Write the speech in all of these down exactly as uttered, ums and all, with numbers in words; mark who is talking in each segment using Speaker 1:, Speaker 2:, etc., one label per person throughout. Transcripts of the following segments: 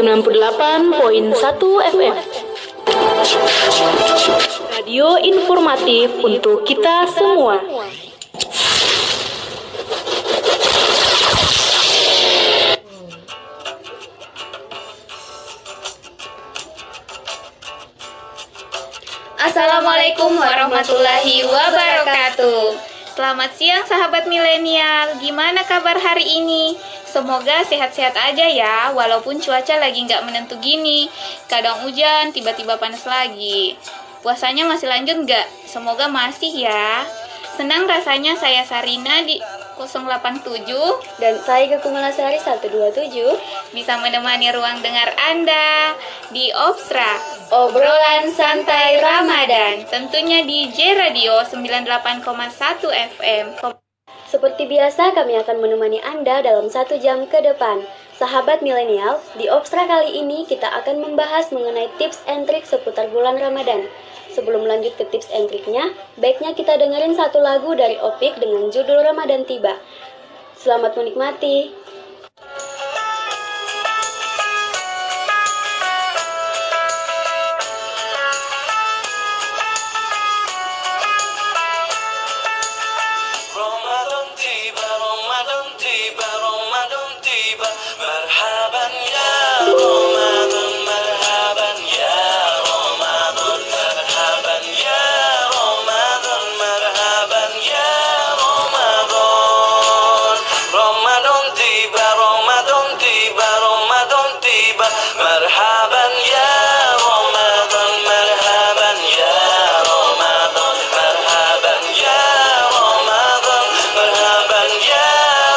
Speaker 1: enam puluh delapan koma satu F M. Radio informatif untuk kita semua.
Speaker 2: Assalamualaikum warahmatullahi wabarakatuh. Selamat siang sahabat milenial. Gimana kabar hari ini? Semoga sehat-sehat aja ya, walaupun cuaca lagi nggak menentu gini. Kadang hujan, tiba-tiba panas lagi. Puasanya masih lanjut nggak? Semoga masih ya. Senang rasanya saya Sarina di nol delapan tujuh
Speaker 3: dan saya Kekumalasari seratus dua puluh tujuh
Speaker 2: bisa menemani ruang dengar Anda di Opsra, obrolan santai Ramadan, tentunya di J Radio sembilan puluh delapan koma satu F M.
Speaker 3: Seperti biasa kami akan menemani Anda dalam satu jam ke depan. Sahabat milenial, di Opsra kali ini kita akan membahas mengenai tips and trik seputar bulan Ramadan. Sebelum lanjut ke tips and triknya, baiknya kita dengerin satu lagu dari Opik dengan judul Ramadan Tiba. Selamat menikmati.
Speaker 4: Ramadan tiba, Ramadan tiba, Ramadan tiba. Marhaban ya Ramadan, marhaban ya Ramadan, marhaban ya Ramadan, marhaban ya Ramadan. Ramadan tiba, Ramadan tiba, Ramadan tiba. Marhaban ya Ramadan, marhaban ya Ramadan, marhaban ya Ramadan, marhaban ya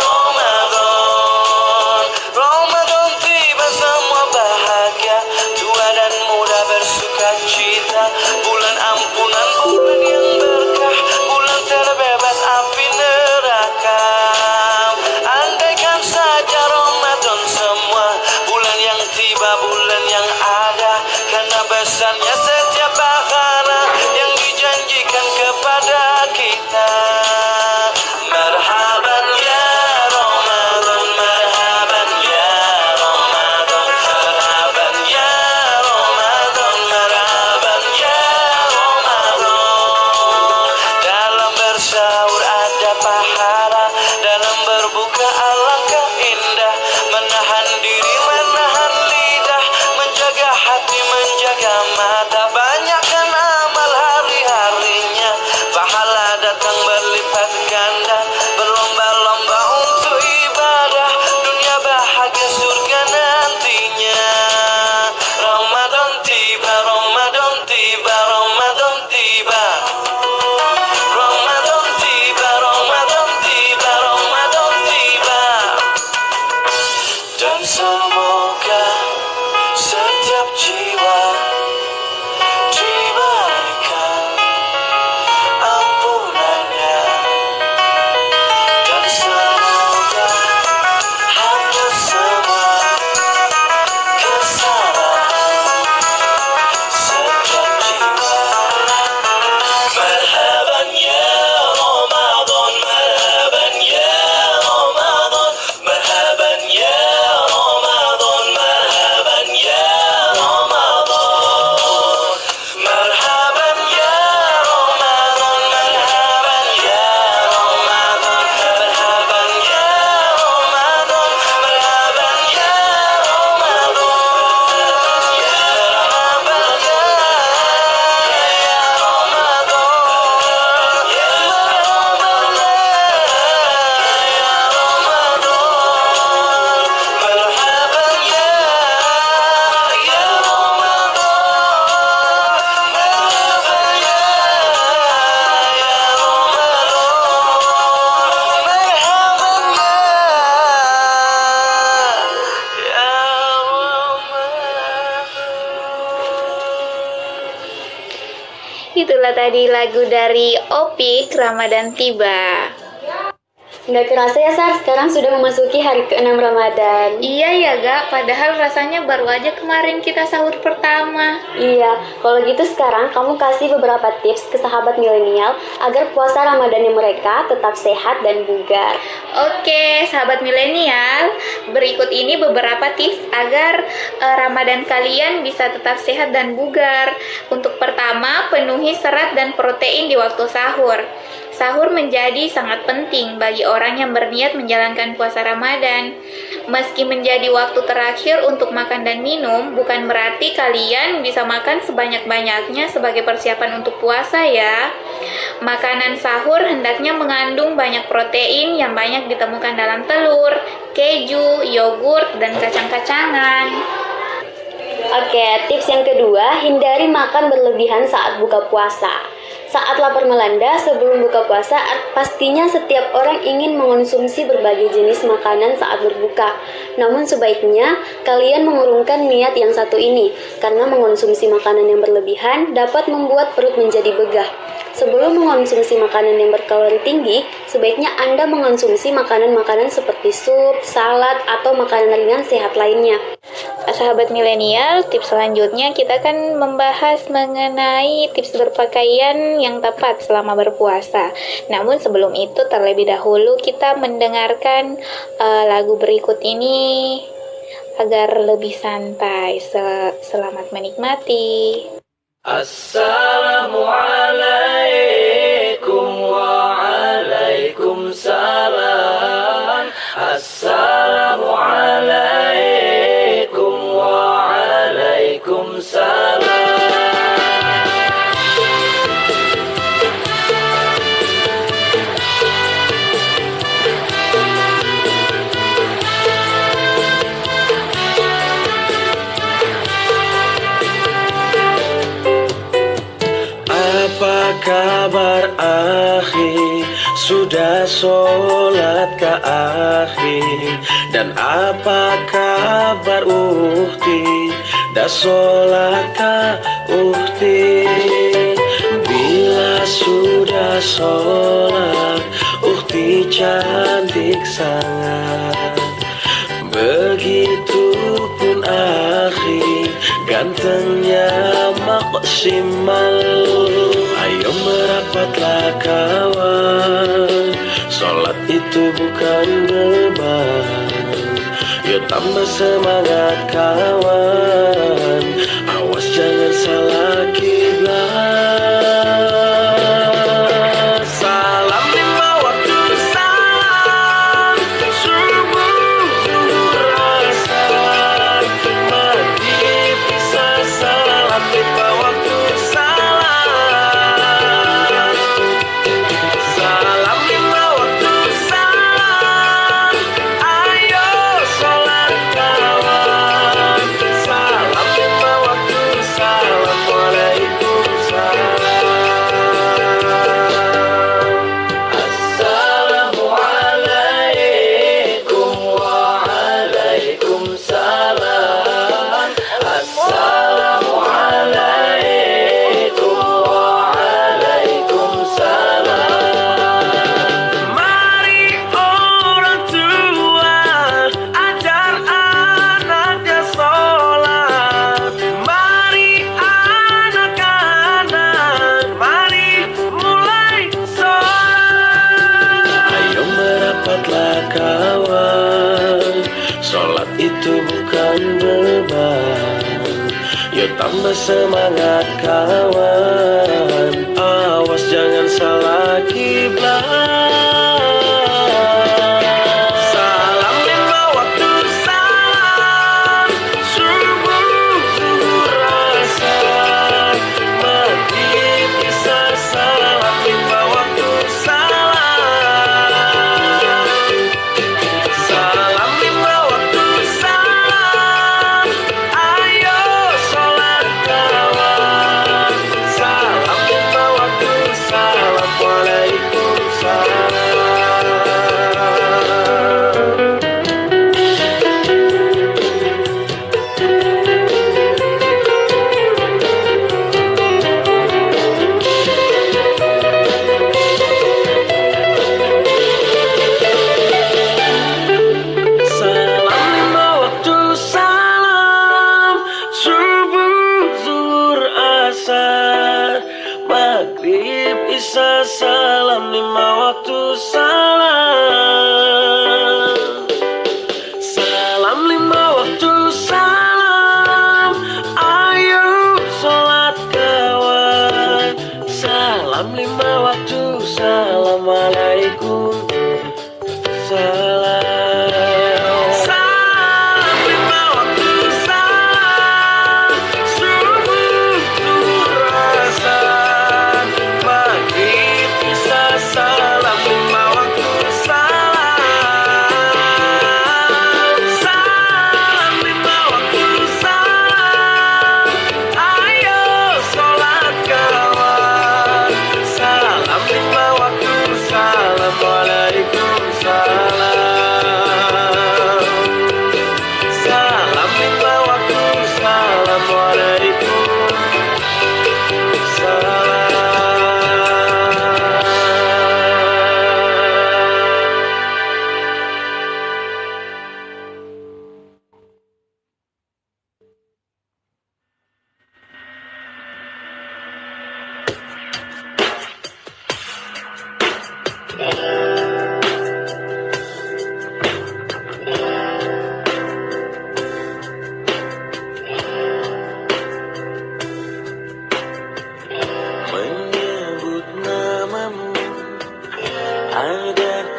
Speaker 4: Ramadan. Ramadan tiba, semua bahagia, tua dan muda bersuka cita. Bulan ampunan, bulan yang berkah, bulan terbebas api neraka. Andaikan saja Ramadan semua, bulan yang tiba, bulan yang ada, karena besarnya setiap pahala yang dijanjikan kepada kita. Marhaban ya Ramadan, marhaban ya Ramadan, marhaban ya Ramadan, marhaban ya Ramadan. Dalam bersahur ada pahala, dalam berbuka alangkah indah. Menahan diri, menahan lidah, menjaga hati, menjaga mata. Banyakkan amal hari-harinya, pahala datang berlipat ganda. Berlomba-lomba untuk ibadah, dunia bahagia surga nantinya. Ramadan tiba, Ramadan tiba, Ramadan tiba. Ramadan tiba, Ramadan tiba, Ramadan tiba. Dan semoga setiap jiwa diberikan ampunannya, dan semoga hapus semua kesalahan setiap jiwa. Marhaban ya Ramadan, marhaban ya Ramadan, marhaban ya Ramadan, marhaban ya Ramadan, marhaban ya Ramadan, marhaban ya Ramadan, marhaban ya Ramadan, marhaban ya Ramadan, ya marhaban ya Ramadan, ya marhaban ya Ramadan, marhaban ya ya Ramadan, marhaban ya ya Ramadan, marhaban ya ya Ramadan.
Speaker 2: Itulah tadi lagu dari Opik, Ramadan Tiba.
Speaker 3: Nggak kerasa ya Sar, sekarang sudah memasuki hari keenam Ramadan.
Speaker 2: Iya ya Gak, padahal rasanya baru aja kemarin kita sahur pertama.
Speaker 3: Iya, kalau gitu sekarang kamu kasih beberapa tips ke sahabat milenial agar puasa Ramadannya mereka tetap sehat dan bugar.
Speaker 2: Oke, sahabat milenial, berikut ini beberapa tips agar eh, Ramadan kalian bisa tetap sehat dan bugar. Untuk pertama, penuhi serat dan protein di waktu sahur. Sahur menjadi sangat penting bagi orang yang berniat menjalankan puasa Ramadan. Meski menjadi waktu terakhir untuk makan dan minum, bukan berarti kalian bisa makan sebanyak-banyaknya sebagai persiapan untuk puasa ya. Makanan sahur hendaknya mengandung banyak protein yang banyak ditemukan dalam telur, keju, yogurt, dan kacang-kacangan.
Speaker 3: Oke, tips yang kedua, hindari makan berlebihan saat buka puasa. Saat lapar melanda sebelum buka puasa, pastinya setiap orang ingin mengonsumsi berbagai jenis makanan saat berbuka. Namun sebaiknya kalian mengurungkan niat yang satu ini, karena mengonsumsi makanan yang berlebihan dapat membuat perut menjadi begah. Sebelum mengonsumsi makanan yang berkalori tinggi, sebaiknya Anda mengonsumsi makanan-makanan seperti sup, salad, atau makanan ringan sehat lainnya.
Speaker 2: Sahabat milenial, tips selanjutnya kita akan membahas mengenai tips berpakaian yang tepat selama berpuasa. Namun sebelum itu terlebih dahulu kita mendengarkan uh, lagu berikut ini agar lebih santai. Sel- selamat menikmati.
Speaker 4: Assalamualaikum waalaikumsalam. Assalamualaikum waalaikumsalam. Apa kabar akhi? Sudah sholat ke akhi? Dan apa kabar uhti? Dah sholat ke uhti? Bila sudah sholat, uhti cantik sangat. Begitupun akhi, gantengnya maksimal. Ayo merapatlah kawan, sholat itu bukan beban. Yo tambah semangat kawan, awas jangan salah kiblat. Salam lima waktu salam, subuh zuhur asar, maghrib isya salam lima waktu salam. Salam lima waktu salam, ayo sholat kawan. Salam lima waktu salam, waalaikumsalam. Assalamualaikum waalaikumsalam. Assalamualaikum waalaikumsalam. Mari orang tua ajar anaknya sholat. Mari anak-anak, mari mulai sholat. Ayo merapatlah kawan, sholat itu bukan beban. Yo tambah semangat kawan, awas jangan salah kiblat. Salam lima waktu salam, subuh zuhur asar, maghrib isya salam lima waktu salam. Salam lima waktu salam, ayo sholat kawan. Salam lima waktu salam,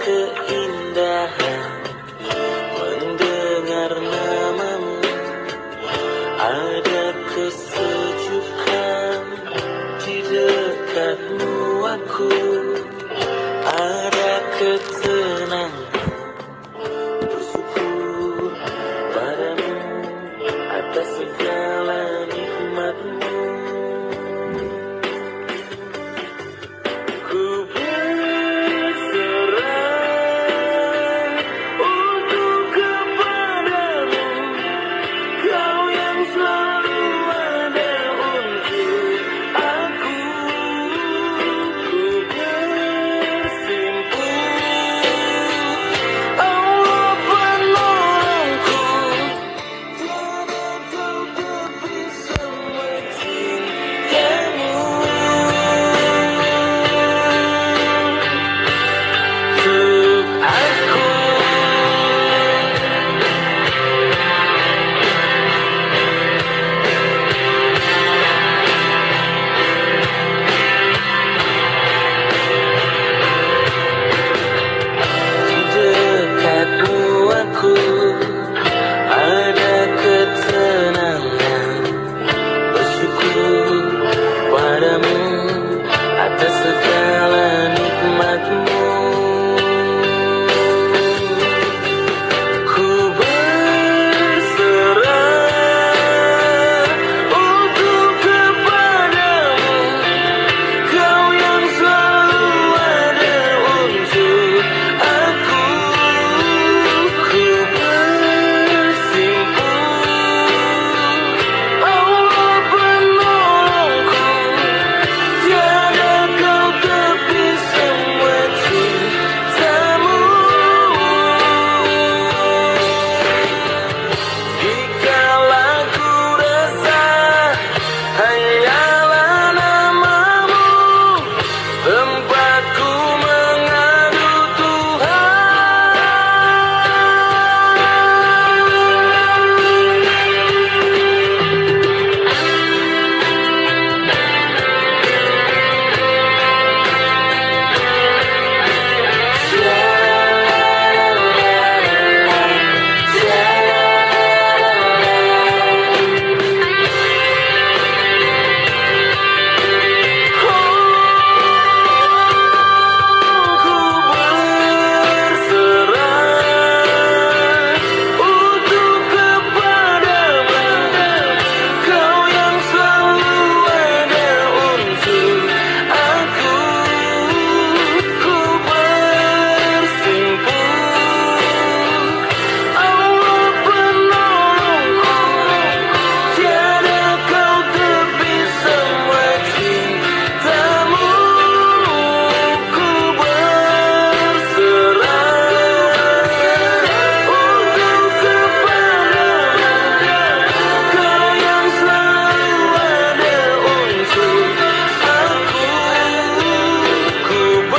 Speaker 4: keindahan mendengar namamu, ada kesejukan di dekatmu aku, ada ketenangan bersyukur padamu atas segala nikmatmu. Ku berserah untuk kepadamu, Kau yang selalu ada untuk aku. Ku bersimpuh, Allah penolongku, tiada kau tepi semua cintamu. Untuk aku, di dekatmu aku, ada ketenangan bersyukur padamu atas segala nikmatmu. Ku berserah untuk kepadamu, Kau yang selalu ada untuk aku. Ku bersimpuh, Allah penolongku, tiada kau tepi semua cintamu. Dikala ku rasa hanyalah namamu, tempatku mengadu Tuhan. Ku berserah untuk kepadamu, Kau yang selalu ada untuk aku. Ku bersimpuh, Allah penolongku, tiada kau tepi semua cintamu. Ku berserah untuk kepadamu, Kau yang selalu ada untuk aku. Ku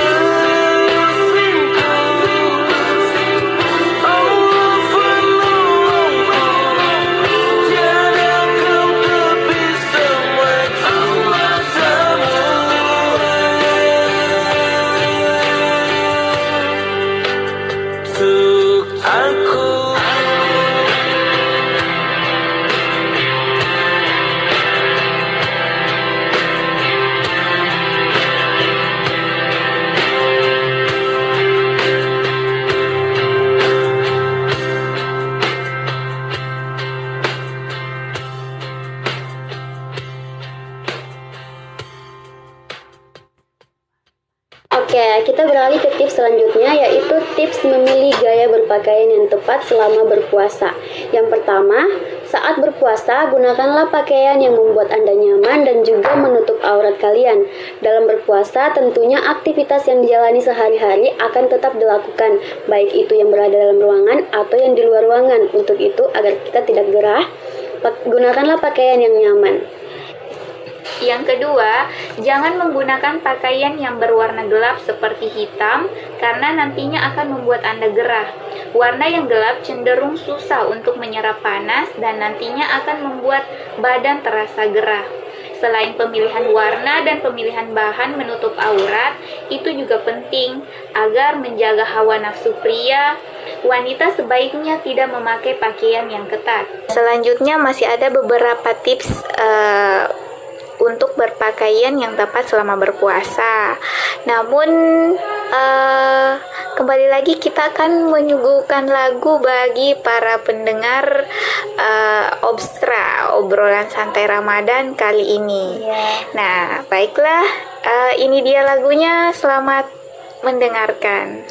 Speaker 4: bersimpuh, Allah penolongku, tiada kau tepi semua cintamu. Untuk aku,
Speaker 3: Oke, kita beralih ke tips selanjutnya, yaitu tips memilih gaya berpakaian yang tepat selama berpuasa. Yang pertama, saat berpuasa, gunakanlah pakaian yang membuat Anda nyaman dan juga menutup aurat kalian. Dalam berpuasa, tentunya aktivitas yang dijalani sehari-hari akan tetap dilakukan, baik itu yang berada dalam ruangan atau yang di luar ruangan. Untuk itu, agar kita tidak gerah, gunakanlah pakaian yang nyaman.
Speaker 2: Yang kedua, jangan menggunakan pakaian yang berwarna gelap seperti hitam karena nantinya akan membuat Anda gerah. Warna yang gelap cenderung susah untuk menyerap panas dan nantinya akan membuat badan terasa gerah. Selain pemilihan warna dan pemilihan bahan menutup aurat, itu juga penting agar menjaga hawa nafsu pria. Wanita sebaiknya tidak memakai pakaian yang ketat. Selanjutnya masih ada beberapa tips uh, untuk berpakaian yang tepat selama berpuasa. Namun uh, kembali lagi kita akan menyuguhkan lagu bagi para pendengar uh, Obstra, obrolan santai Ramadan kali ini.
Speaker 3: Yeah.
Speaker 2: Nah, baiklah, uh, ini dia lagunya. Selamat mendengarkan.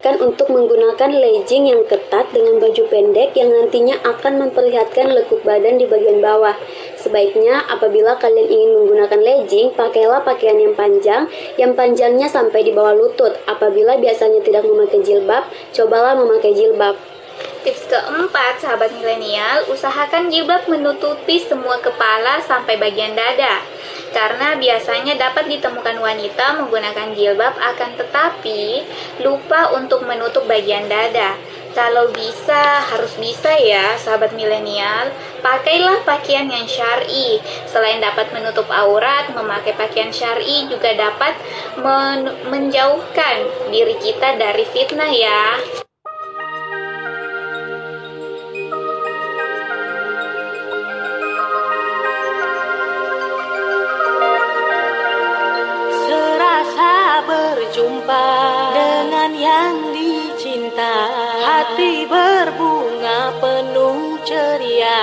Speaker 3: disarankan untuk menggunakan legging yang ketat dengan baju pendek yang nantinya akan memperlihatkan lekuk badan di bagian bawah. Sebaiknya apabila kalian ingin menggunakan legging, pakailah pakaian yang panjang, yang panjangnya sampai di bawah lutut. Apabila biasanya tidak memakai jilbab, cobalah memakai jilbab.
Speaker 2: Tips keempat, sahabat milenial, usahakan jilbab menutupi semua kepala sampai bagian dada. Karena biasanya dapat ditemukan wanita menggunakan jilbab akan tetapi lupa untuk menutup bagian dada. Kalau bisa, harus bisa ya sahabat milenial. Pakailah pakaian yang syar'i. Selain dapat menutup aurat, memakai pakaian syar'i juga dapat men menjauhkan diri kita dari fitnah ya.
Speaker 5: Berjumpa dengan yang dicinta, hati berbunga penuh ceria.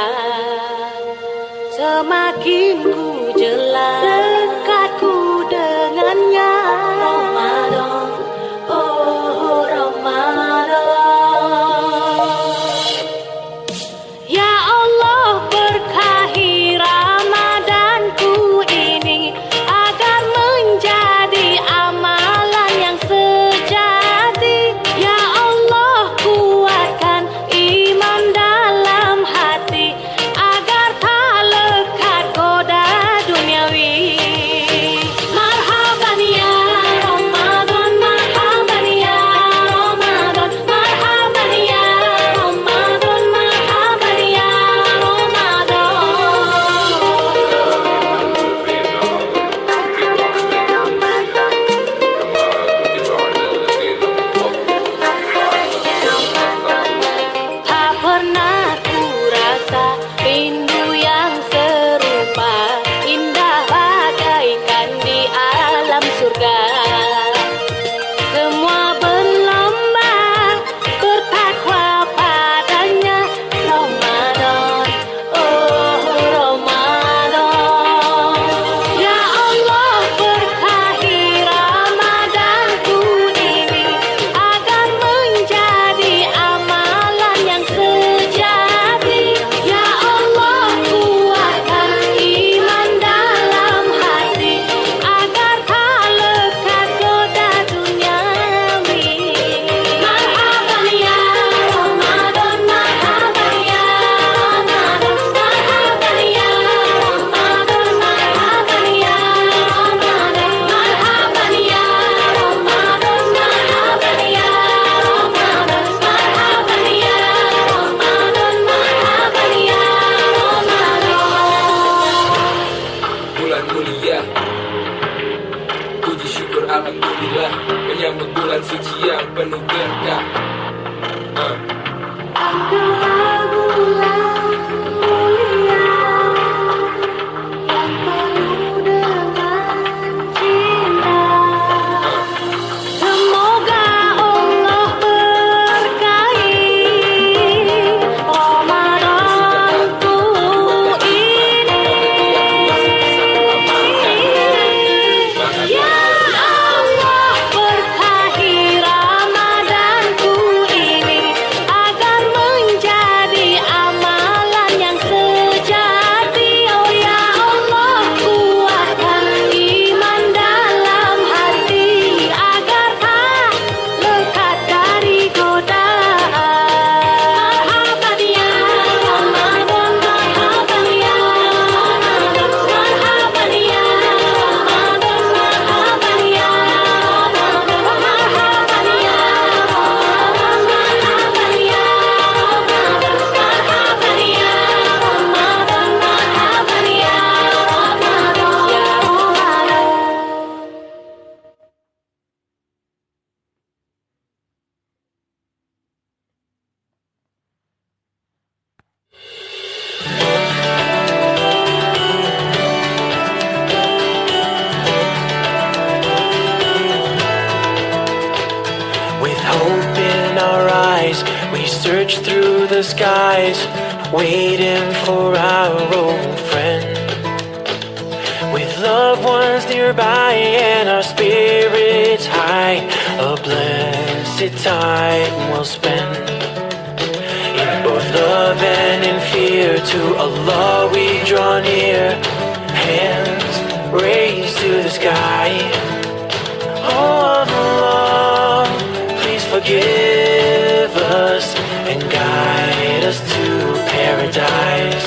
Speaker 5: Semakin ku jelas dekatku dengannya. Ramadan, oh Ramadan. Ya Allah, berkahi Ramadanku ini agar menjadi amalan yang sejati. Ya Allah, kuatkan iman dalam hati agar tak lekat goda duniawi. Marhaban ya Ramadan, marhaban ya Ramadan, marhaban ya Ramadan, marhaban ya Ramadan. Tak pernah ku rasa rindu yang serupa, indah bagaikan di alam surga. Semua berlomba bertakwa padanya. Ramadan, oh Ramadan. Ya Allah, berkahi Ramadanku ini agar menjadi amalan yang sejati. Ya Allah, kuatkan iman dalam hati agar tak lekat goda duniawi. Marhaban ya Ramadan, marhaban ya Ramadan, marhaban ya Ramadan, marhaban ya Ramadan, marhaban ya Ramadan, marhaban ya Ramadan, marhaban ya Ramadan, marhaban ya Ramadan.
Speaker 6: Bulan mulia, puji syukur alhamdulillah, menyambut bulan suci yang penuh berkah. Ah.
Speaker 5: Adalah bulan mulia yang penuh dengan cinta. Semoga Allah berkahi Ramadanku ini. Ya Allah, berkahi Ramadanku ini agar menjadi amalan yang sejati. Oh ya Allah, kuatkan iman dalam hati agar tak lekat dari godaan. Marhaban ya Ramadan, marhaban ya Ramadan, marhaban ya Ramadan, marhaban ya Ramadan, marhaban ya Ramadan, marhaban ya Ramadan, marhaban ya Ramadan, marhaban ya Ramadan, ya Ramadan.
Speaker 4: With hope in our eyes, we search through the skies, waiting for our old friend. With loved ones nearby and our spirits high, a blessed
Speaker 7: wasted time we'll spend in both love and in fear. To Allah we draw near, hands raised to the sky. Oh Allah, please forgive us and guide us to paradise.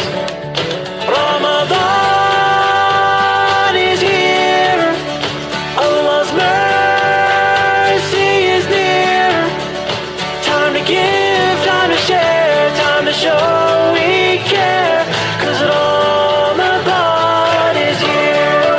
Speaker 7: Ramadan is here, Allah's mercy is near. Time to give, time to share, time to show we care, 'cause Ramadan is here.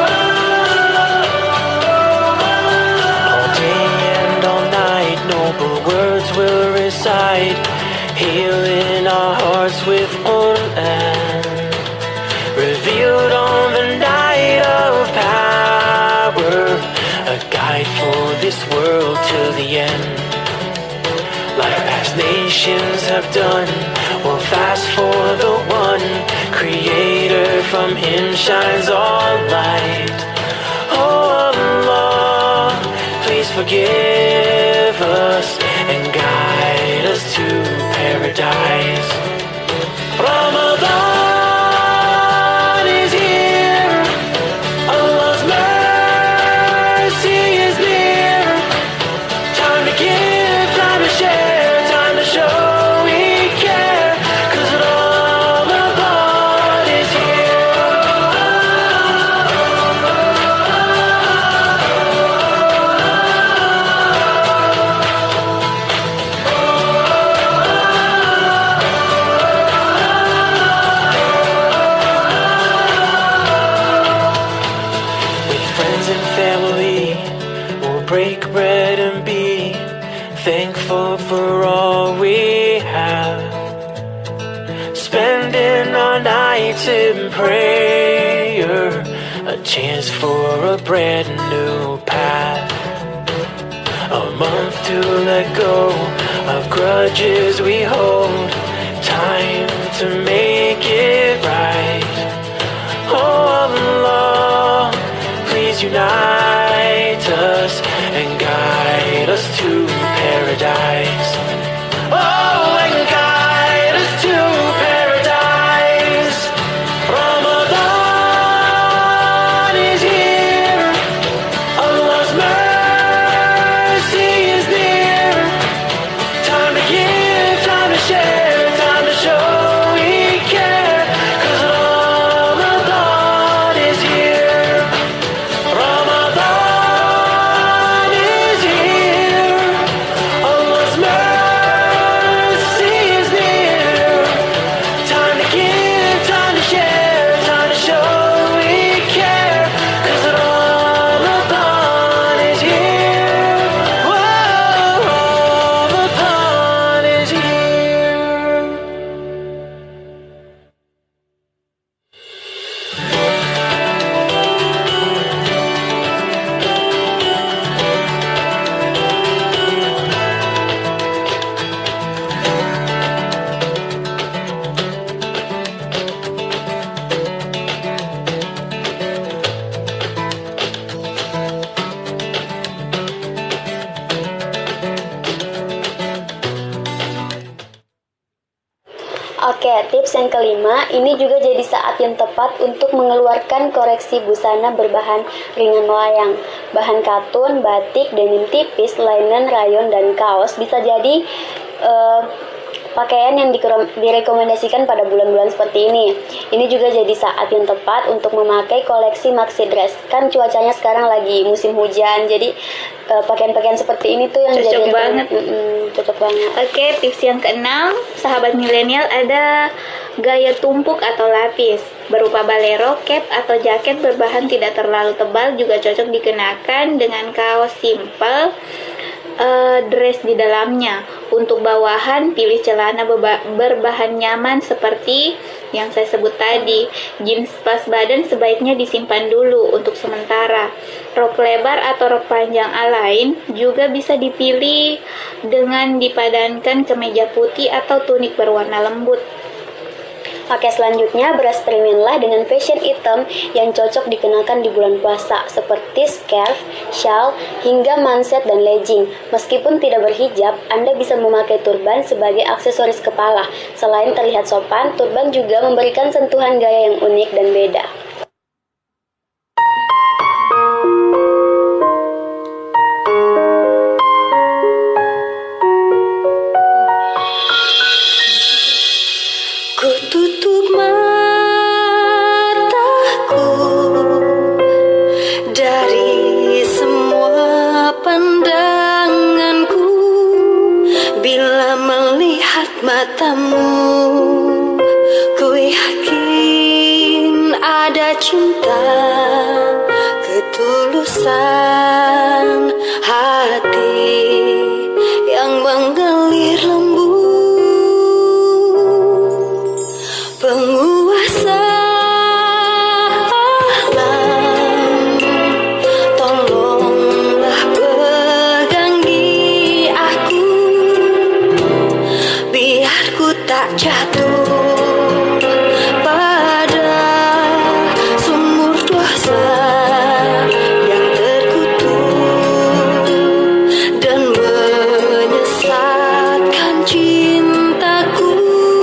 Speaker 7: All day and all night, noble words will recite, healing our hearts with Quran, revealed on the night of power, a guide for this world till the end. Like past nations have done, we'll fast for the one Creator, from Him shines all light. Oh Allah, please forgive us and guide us to paradise. Ramadan is here, Allah's mercy is near. Time to give, time to share, time to show we care, 'cause Ramadan is here. With friends and family, we'll break bread and be thankful for all we have. Spending our nights in prayer, a chance for a brand new path. A month to let go of grudges we hold, time to make it right. Oh Allah, please unite us and guide us to paradise. Oh, and guide us to paradise. Ramadan is here, Allah's mercy is near. Time to give, time to share, time to show we care, 'cause Ramadan is here. Ramadan is here, Allah's mercy is near. Time to give, time to share, time to show we care, 'cause Ramadan is here. Whoa, Ramadan is here.
Speaker 3: Oke, tips yang kelima, ini juga jadi saat yang tepat untuk mengeluarkan koreksi busana berbahan ringan melayang. Bahan katun, batik, denim tipis, linen, rayon, dan kaos bisa jadi eh, pakaian yang dikero- direkomendasikan pada bulan-bulan seperti ini. Ini juga jadi saat yang tepat untuk memakai koleksi maxi dress. Kan cuacanya sekarang lagi musim hujan, jadi eh, pakaian-pakaian seperti ini tuh yang
Speaker 2: Cocok
Speaker 3: jadi
Speaker 2: banget.
Speaker 3: Mm-mm, cocok banget.
Speaker 2: Oke, tips yang keenam, sahabat milenial, ada gaya tumpuk atau lapis. Berupa balero, cap, atau jaket berbahan tidak terlalu tebal juga cocok dikenakan dengan kaos simple, uh, dress di dalamnya. Untuk bawahan, pilih celana beba- berbahan nyaman seperti yang saya sebut tadi. Jeans pas badan sebaiknya disimpan dulu untuk sementara. Rok lebar atau rok panjang alain juga bisa dipilih dengan dipadankan kemeja putih atau tunik berwarna lembut.
Speaker 3: Pakai selanjutnya, bereksperimenlah dengan fashion item yang cocok dikenakan di bulan puasa, seperti scarf, shawl, hingga manset dan legging. Meskipun tidak berhijab, Anda bisa memakai turban sebagai aksesoris kepala. Selain terlihat sopan, turban juga memberikan sentuhan gaya yang unik dan beda.
Speaker 5: Ku tutup mataku dari semua pandanganku bila melihat matamu. Ku yakin ada cinta, ketulusan hati yang mengalir lembut. Penguasa alam, tolonglah pegangi aku, biar ku tak jatuh pada sumur dosa yang terkutuk dan menyesatkan cintaku.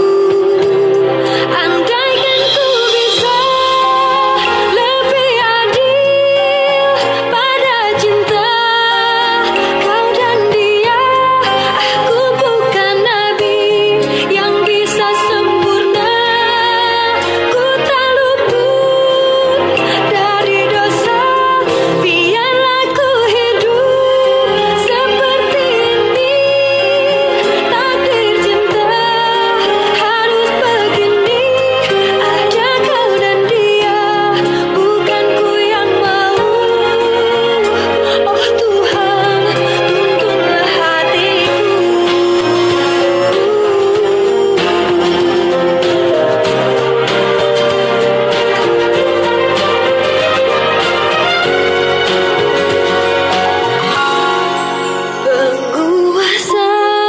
Speaker 5: Andaikan ku bisa lebih adil pada cinta kau dan dia, aku bukan nabi yang bisa sempurna. Ku tak luput dari dosa, biarlah ku hidup seperti ini. Takdir cinta harus begini, ada kau dan dia, bukan ku yang mau. Oh Tuhan, tuntunlah hatiku. Penguasa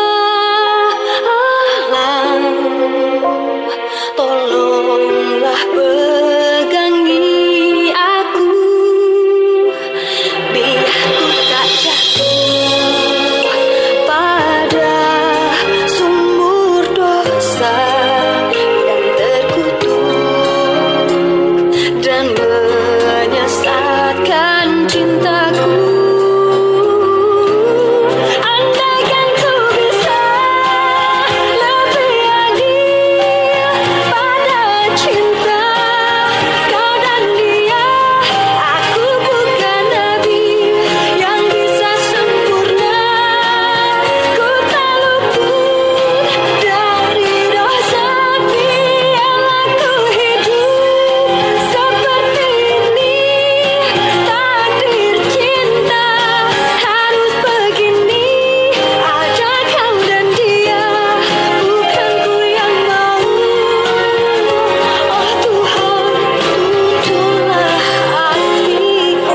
Speaker 5: alam, tolonglah pegangi aku, biar ku tak jatuh pada sumur dosa yang terkutuk dan menyesatkan cintaku. Andaikan ku bisa lebih adil pada cinta kau dan dia, aku bukan nabi yang bisa sempurna. Ku tak luput dari dosa, biarlah ku hidup seperti ini. Takdir cinta harus begini, ada kau dan dia, bukan ku yang mau. Oh Tuhan, tuntunlah hatiku.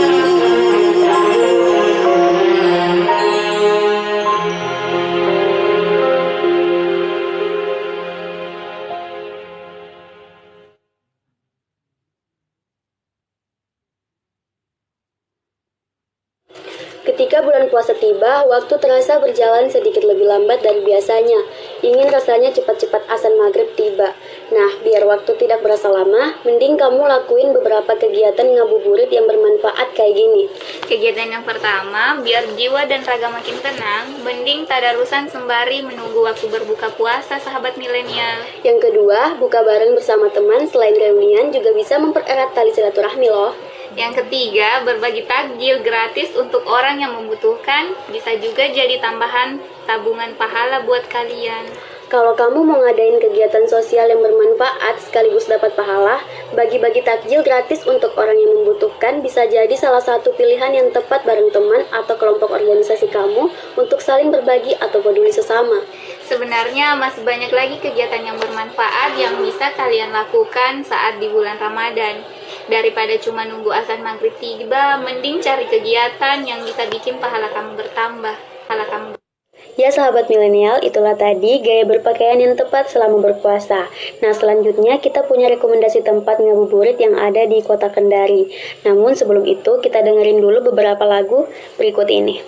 Speaker 3: Ketika bulan puasa tiba, waktu terasa berjalan sedikit lebih lambat dari biasanya. Ingin rasanya cepat-cepat azan maghrib tiba. Nah, biar waktu tidak berasa lama, mending kamu lakuin beberapa kegiatan ngabuburit yang bermanfaat kayak gini.
Speaker 2: Kegiatan yang pertama, biar jiwa dan raga makin tenang, mending tadarusan sembari menunggu waktu berbuka puasa, sahabat milenial.
Speaker 3: Yang kedua, buka bareng bersama teman selain reunian juga bisa mempererat tali silaturahmi loh.
Speaker 2: Yang ketiga, berbagi takjil gratis untuk orang yang membutuhkan, bisa juga jadi tambahan tabungan pahala buat kalian.
Speaker 3: Kalau kamu mau ngadain kegiatan sosial yang bermanfaat sekaligus dapat pahala, bagi-bagi takjil gratis untuk orang yang membutuhkan bisa jadi salah satu pilihan yang tepat bareng teman atau kelompok organisasi kamu untuk saling berbagi atau peduli sesama.
Speaker 2: Sebenarnya masih banyak lagi kegiatan yang bermanfaat yang bisa kalian lakukan saat di bulan Ramadan. Daripada cuma nunggu azan maghrib tiba, mending cari kegiatan yang bisa bikin pahala kamu bertambah. Pahala kamu
Speaker 3: Ya sahabat milenial, itulah tadi gaya berpakaian yang tepat selama berpuasa. Nah selanjutnya kita punya rekomendasi tempat ngabuburit yang ada di kota Kendari. Namun sebelum itu kita dengerin dulu beberapa lagu berikut ini.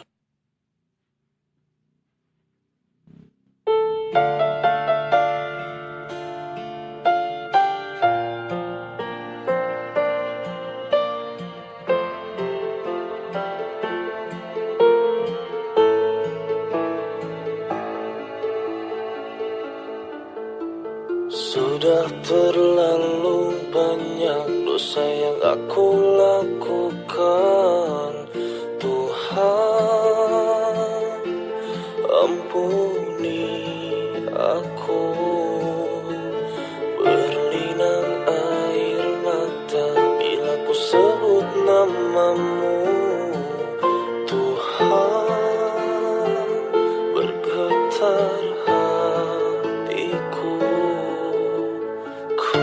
Speaker 7: Sudah terlalu banyak dosa yang aku lakukan. Tuhan, ampuni aku. Berlinang air mata bila ku sebut namamu. Tuhan, bergetar hatiku. Ku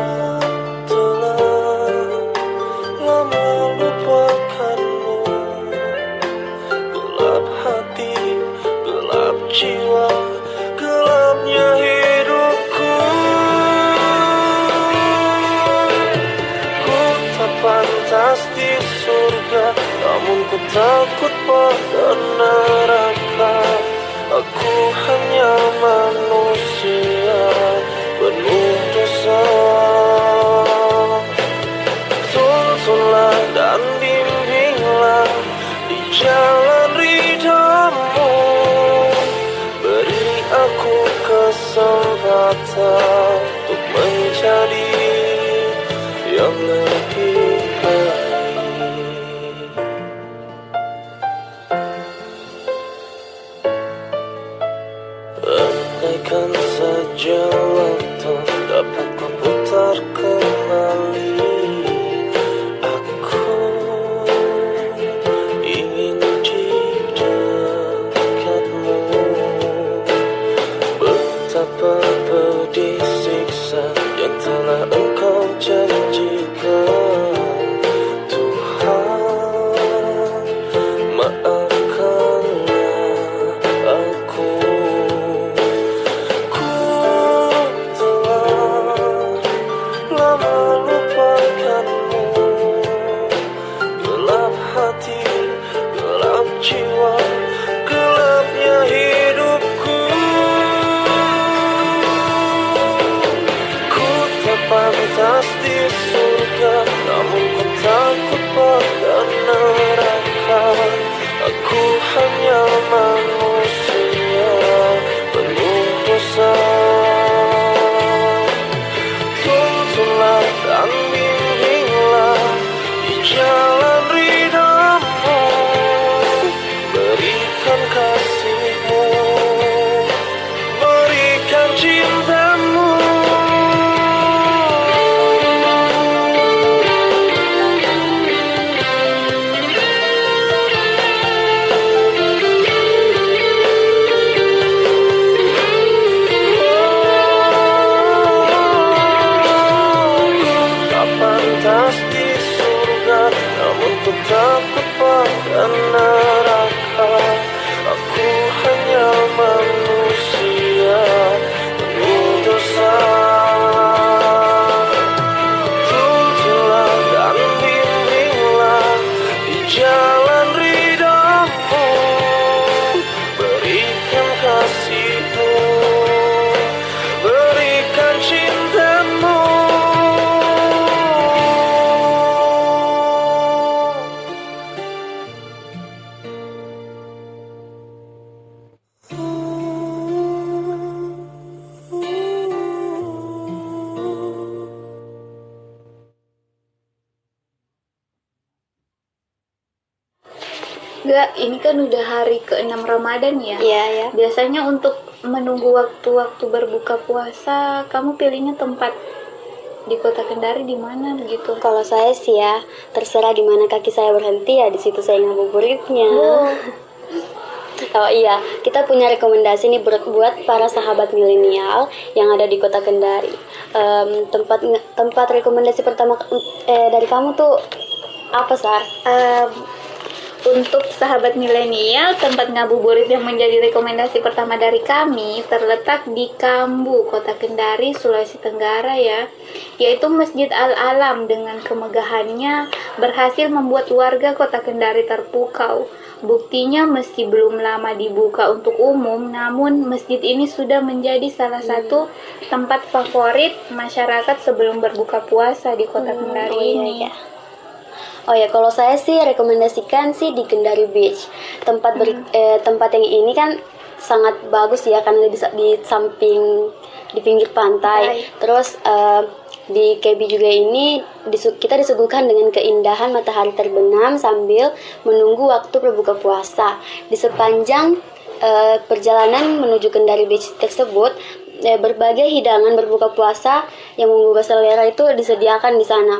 Speaker 7: telah lama lupakanmu. Gelap hati, gelap jiwa, gelapnya hidupku. Ku tak pantas di surga, namun ku takut pada neraka. Aku hanya manusia penuh dosa. Tuntunlah dan bimbinglah di jalan ridhamu. Beri aku kesempatan untuk menjadi yang lebih baik. Andaikan saja waktu dapat ku putar kembali, aku ingin di dekatmu. Betapa pedih siksa yang telah engkau janjikan. Tuhan, maafkanlah aku. Ku telah lama lupakanmu. Gelap hati, gelap jiwa, gelapnya hidupku. Ku tak pantas di surga, namun ku takut pada neraka. Aku hanya manusia penuh dosa. Tuntunlah dan bimbinglah di jalan ridhamu. Berikan kasihmu, berikan cintamu. Tak pantas di surga, namun ku takut pada neraka. Aku hanya manusia penuh dosa. Tuntunlah dan bimbinglah di jalan ridhamu. Berikan kasihmu, berikan cintamu.
Speaker 2: Gak, ini kan udah hari keenam Ramadan ya.
Speaker 3: Iya ya.
Speaker 2: Biasanya untuk menunggu waktu-waktu berbuka puasa, kamu pilihnya tempat di kota Kendari di mana begitu?
Speaker 3: Kalau saya sih ya, terserah di mana kaki saya berhenti ya di situ saya ngabuburitnya.
Speaker 2: Oh.
Speaker 3: Oh iya, kita punya rekomendasi nih buat buat para sahabat milenial yang ada di kota Kendari. Em, tempat tempat rekomendasi pertama eh, dari kamu tuh apa, Sar?
Speaker 2: Em, Untuk sahabat milenial, tempat ngabuburit yang menjadi rekomendasi pertama dari kami terletak di Kambu, Kota Kendari, Sulawesi Tenggara ya, yaitu Masjid Al-Alam. Dengan kemegahannya berhasil membuat warga Kota Kendari terpukau. Buktinya meski belum lama dibuka untuk umum, namun masjid ini sudah menjadi salah satu tempat favorit masyarakat sebelum berbuka puasa di Kota Kendari
Speaker 3: oh iya,
Speaker 2: ini.
Speaker 3: iya. Oh ya, kalau saya sih rekomendasikan sih di Kendari Beach. Tempat ber,
Speaker 2: Hmm.
Speaker 3: eh, tempat yang ini kan sangat bagus ya karena di, di samping di pinggir pantai.
Speaker 2: Baik.
Speaker 3: Terus eh, di K B juga ini disu- kita disuguhkan dengan keindahan matahari terbenam sambil menunggu waktu berbuka puasa. Di sepanjang eh, perjalanan menuju Kendari Beach tersebut, eh, berbagai hidangan berbuka puasa yang menggugah selera itu disediakan di sana.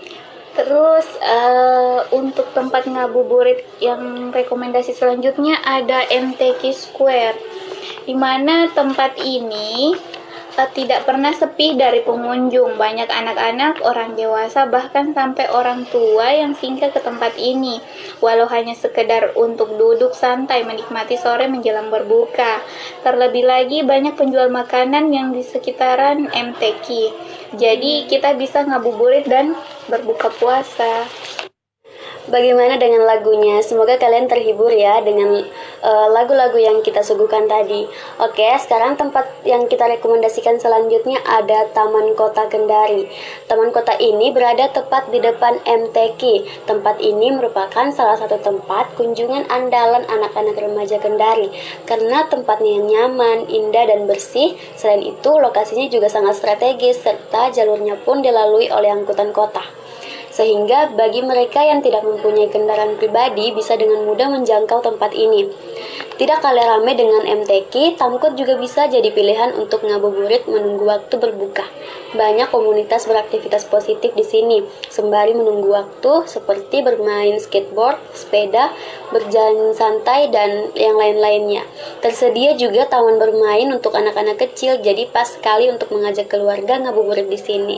Speaker 2: Terus eh, untuk tempat ngabuburit yang rekomendasi selanjutnya ada M T Q Square, di mana tempat ini eh, tidak pernah sepi dari pengunjung. Banyak anak-anak, orang dewasa, bahkan sampai orang tua yang singgah ke tempat ini, walau hanya sekedar untuk duduk santai menikmati sore menjelang berbuka. Terlebih lagi banyak penjual makanan yang di sekitaran M T Q. Jadi kita bisa ngabuburit dan berbuka puasa.
Speaker 3: Bagaimana dengan lagunya? Semoga kalian terhibur ya dengan uh, lagu-lagu yang kita suguhkan tadi. Oke, sekarang tempat yang kita rekomendasikan selanjutnya ada Taman Kota Kendari. Taman kota ini berada tepat di depan M T Q. Tempat ini merupakan salah satu tempat kunjungan andalan anak-anak remaja Kendari karena tempatnya yang nyaman, indah, dan bersih. Selain itu, lokasinya juga sangat strategis serta jalurnya pun dilalui oleh angkutan kota. Sehingga bagi mereka yang tidak mempunyai kendaraan pribadi bisa dengan mudah menjangkau tempat ini. Tidak kalah ramai dengan M T Q, Tamkot juga bisa jadi pilihan untuk ngabuburit menunggu waktu berbuka. Banyak komunitas beraktivitas positif di sini, sembari menunggu waktu seperti bermain skateboard, sepeda, berjalan santai, dan yang lain-lainnya. Tersedia juga taman bermain untuk anak-anak kecil, jadi pas sekali untuk mengajak keluarga ngabuburit di sini.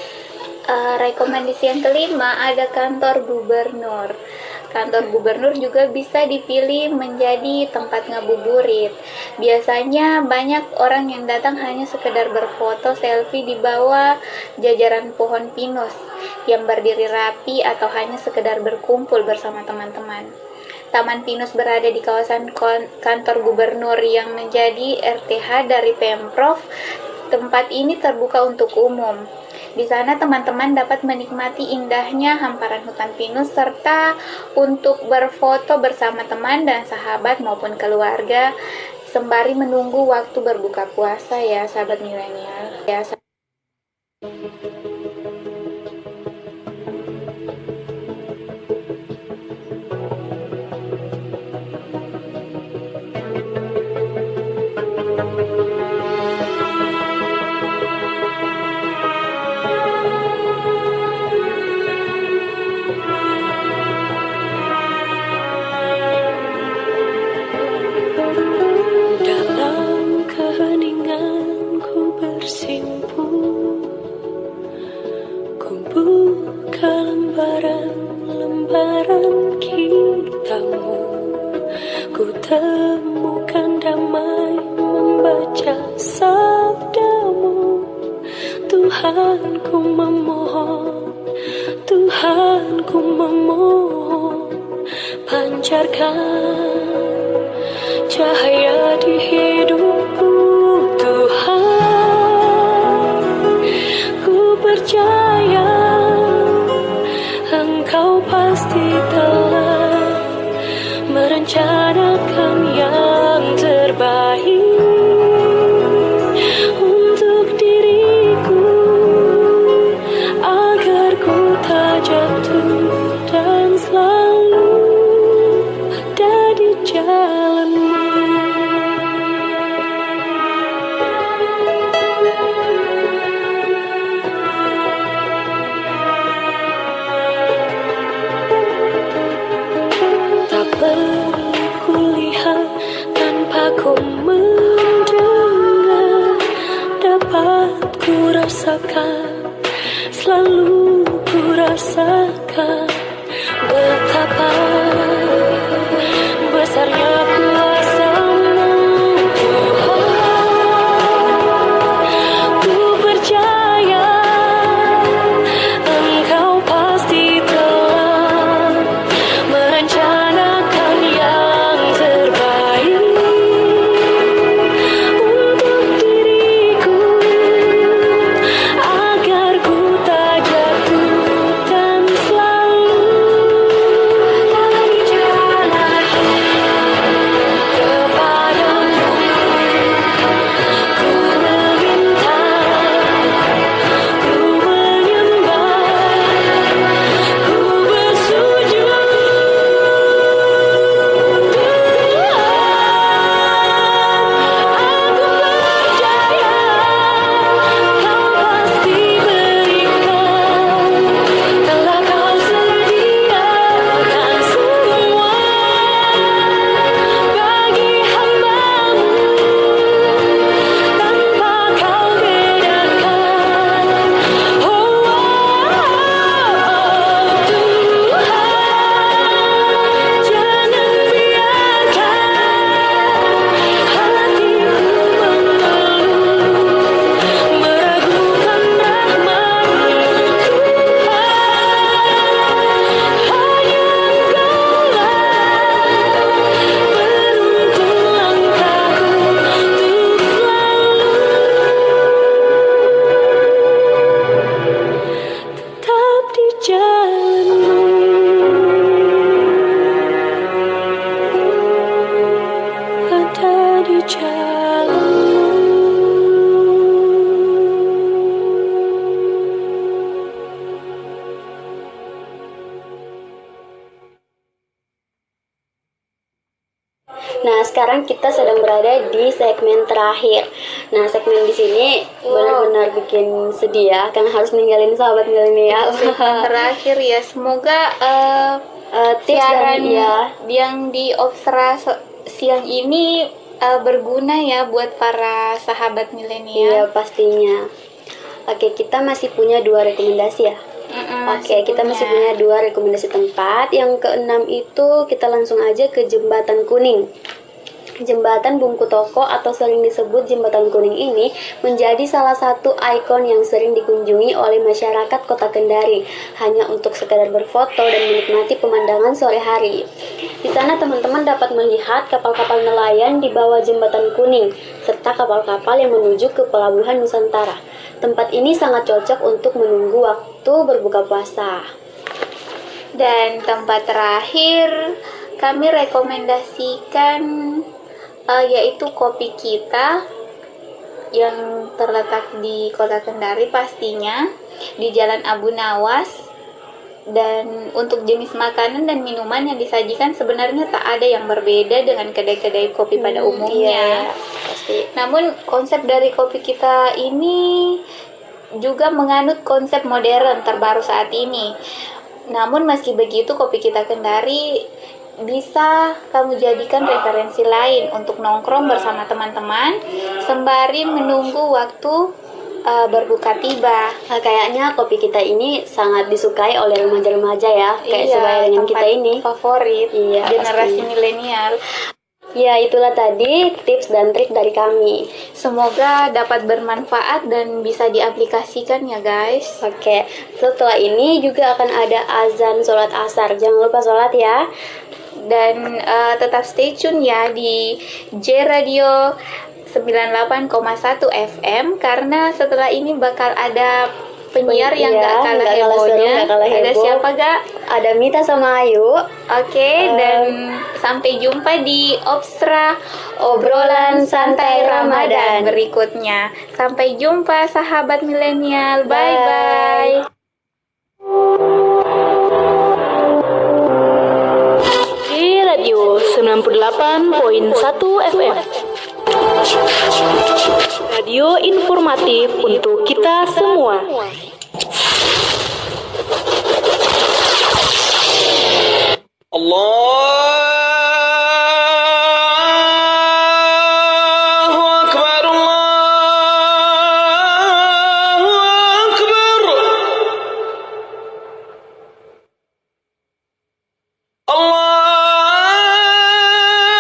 Speaker 2: Uh, rekomendasi yang kelima ada kantor gubernur. Kantor gubernur juga bisa dipilih menjadi tempat ngabuburit. Biasanya banyak orang yang datang hanya sekedar berfoto selfie di bawah jajaran pohon pinus yang berdiri rapi atau hanya sekedar berkumpul bersama teman-teman. Taman Pinus berada di kawasan kon- kantor gubernur yang menjadi R T H dari Pemprov. Tempat ini terbuka untuk umum. Di sana teman-teman dapat menikmati indahnya hamparan hutan pinus serta untuk berfoto bersama teman dan sahabat maupun keluarga sembari menunggu waktu berbuka puasa ya sahabat milenial. Ya,
Speaker 5: Dalam keheningan ku bersimpuh, ku buka lembaran-lembaran kita,mu, ku temukan damai membaca sabdamu. Tuhan ku memohon, Tuhan ku memohon, pancarkan cahaya di hidupku. Tuhan, ku percaya Engkau pasti telah merencanakan yang terbaik untuk diriku, agar ku tak jatuh dan selalu ada di jalanmu. Tak perlu kulihat tanpa ku mendengar, dapat ku rasakan, selalu ku rasakan betapa besarnya kuasa-Mu Tuhan. Ku percaya Engkau pasti telah merencanakan yang terbaik untuk diriku, agar ku tak jatuh dan selalu dari jalan kepadamu. Ku meminta, ku menyembah, ku bersujud. Aku percaya Kau pasti berikan, telah Kau sediakan semua bagi hamba-Mu, tanpa Kau bedakan. Oh, Tuhan, jangan biarkan hatiku mengeluh, meragukan rahmat-Mu. Tuhan, hanya Engkaulah
Speaker 3: Nah, sekarang kita sedang berada di segmen terakhir. Nah, segmen di sini benar-benar bikin sedih ya, karena harus ninggalin sahabat milenial.
Speaker 2: Segmen terakhir ya, semoga eh,
Speaker 3: Eh, tips
Speaker 2: siaran
Speaker 3: dan ya,
Speaker 2: yang di Opsra so- siang ini eh, berguna ya buat para sahabat
Speaker 3: iya
Speaker 2: milenial.
Speaker 3: pastinya. Oke, kita masih punya dua rekomendasi ya.
Speaker 2: Mm-mm,
Speaker 3: Oke, kita masih punya dua rekomendasi tempat. Yang keenam itu kita langsung aja ke Jembatan Kuning. Jembatan Bungku Toko atau sering disebut Jembatan Kuning ini menjadi salah satu ikon yang sering dikunjungi oleh masyarakat Kota Kendari hanya untuk sekedar berfoto dan menikmati pemandangan sore hari. Di sana teman-teman dapat melihat kapal-kapal nelayan di bawah Jembatan Kuning serta kapal-kapal yang menuju ke Pelabuhan Nusantara. Tempat ini sangat cocok untuk menunggu waktu berbuka puasa.
Speaker 2: Dan tempat terakhir kami rekomendasikan eh, yaitu Kopi Kita yang terletak di Kota Kendari pastinya di Jalan Abu Nawas. Dan untuk jenis makanan dan minuman yang disajikan sebenarnya tak ada yang berbeda dengan kedai-kedai kopi pada
Speaker 3: Hmm,
Speaker 2: umumnya.
Speaker 3: iya, pasti.
Speaker 2: Namun konsep dari Kopi Kita ini juga menganut konsep modern terbaru saat ini. Namun meski begitu, Kopi Kita Kendari bisa kamu jadikan referensi lain untuk nongkrong bersama teman-teman sembari menunggu waktu uh, berbuka tiba.
Speaker 3: Nah, kayaknya kopi kita ini sangat disukai oleh remaja-remaja ya, kayak
Speaker 2: Iya,
Speaker 3: sebaya dengan
Speaker 2: tempat
Speaker 3: kita ini.
Speaker 2: favorit
Speaker 3: Iya,
Speaker 2: generasi
Speaker 3: pastinya.
Speaker 2: milenial.
Speaker 3: Ya, itulah tadi tips dan trik dari kami.
Speaker 2: Semoga dapat bermanfaat dan bisa diaplikasikan ya guys.
Speaker 3: Oke, setelah ini juga akan ada azan sholat asar. Jangan lupa sholat ya.
Speaker 2: Dan uh, tetap stay tune ya di J Radio sembilan puluh delapan koma satu F M karena setelah ini bakal ada penyiar yang
Speaker 3: Iya,
Speaker 2: gak kalah
Speaker 3: nggak kalah seru,
Speaker 2: hebohnya.
Speaker 3: nggak kalah
Speaker 2: Ada
Speaker 3: heboh.
Speaker 2: siapa gak?
Speaker 3: Ada Mita sama Ayu.
Speaker 2: Oke, dan sampai jumpa di Opsra obrolan santai Ramadan berikutnya. Sampai jumpa sahabat milenial. Bye bye.
Speaker 1: Di Radio sembilan puluh delapan koma satu F M. Radio informatif untuk kita semua.
Speaker 7: Allahu Akbar, Allahu Akbar. Allah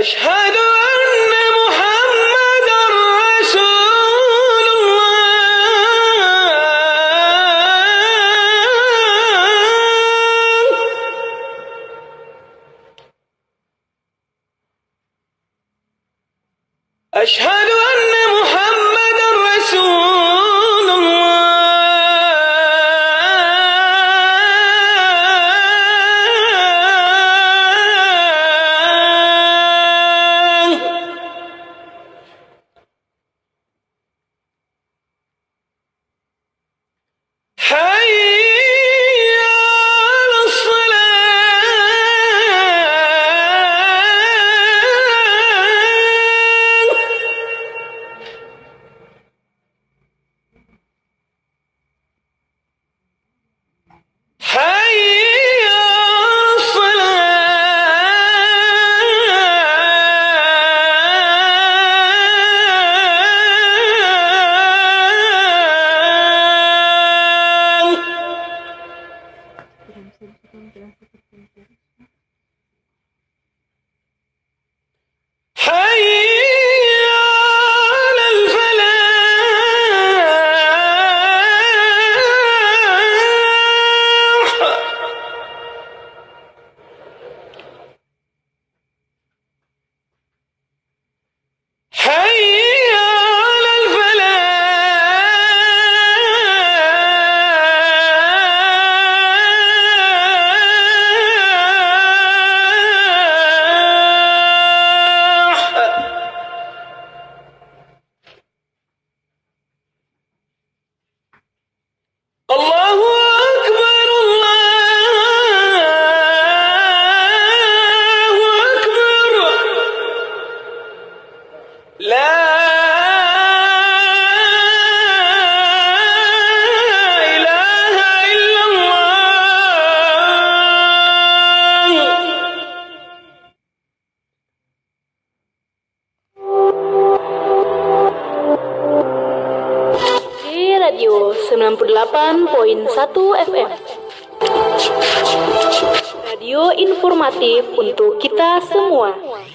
Speaker 7: أشهد أن محمدا رسول الله أشهد أن محمدا رسول الله حي على الصلاة حي على الصلاة حي على الفلاح حي على الفلاح الله أكبر الله أكبر لا إله إلا الله
Speaker 1: Di Radio sembilan puluh delapan koma satu F M. Radio informatif untuk kita semua.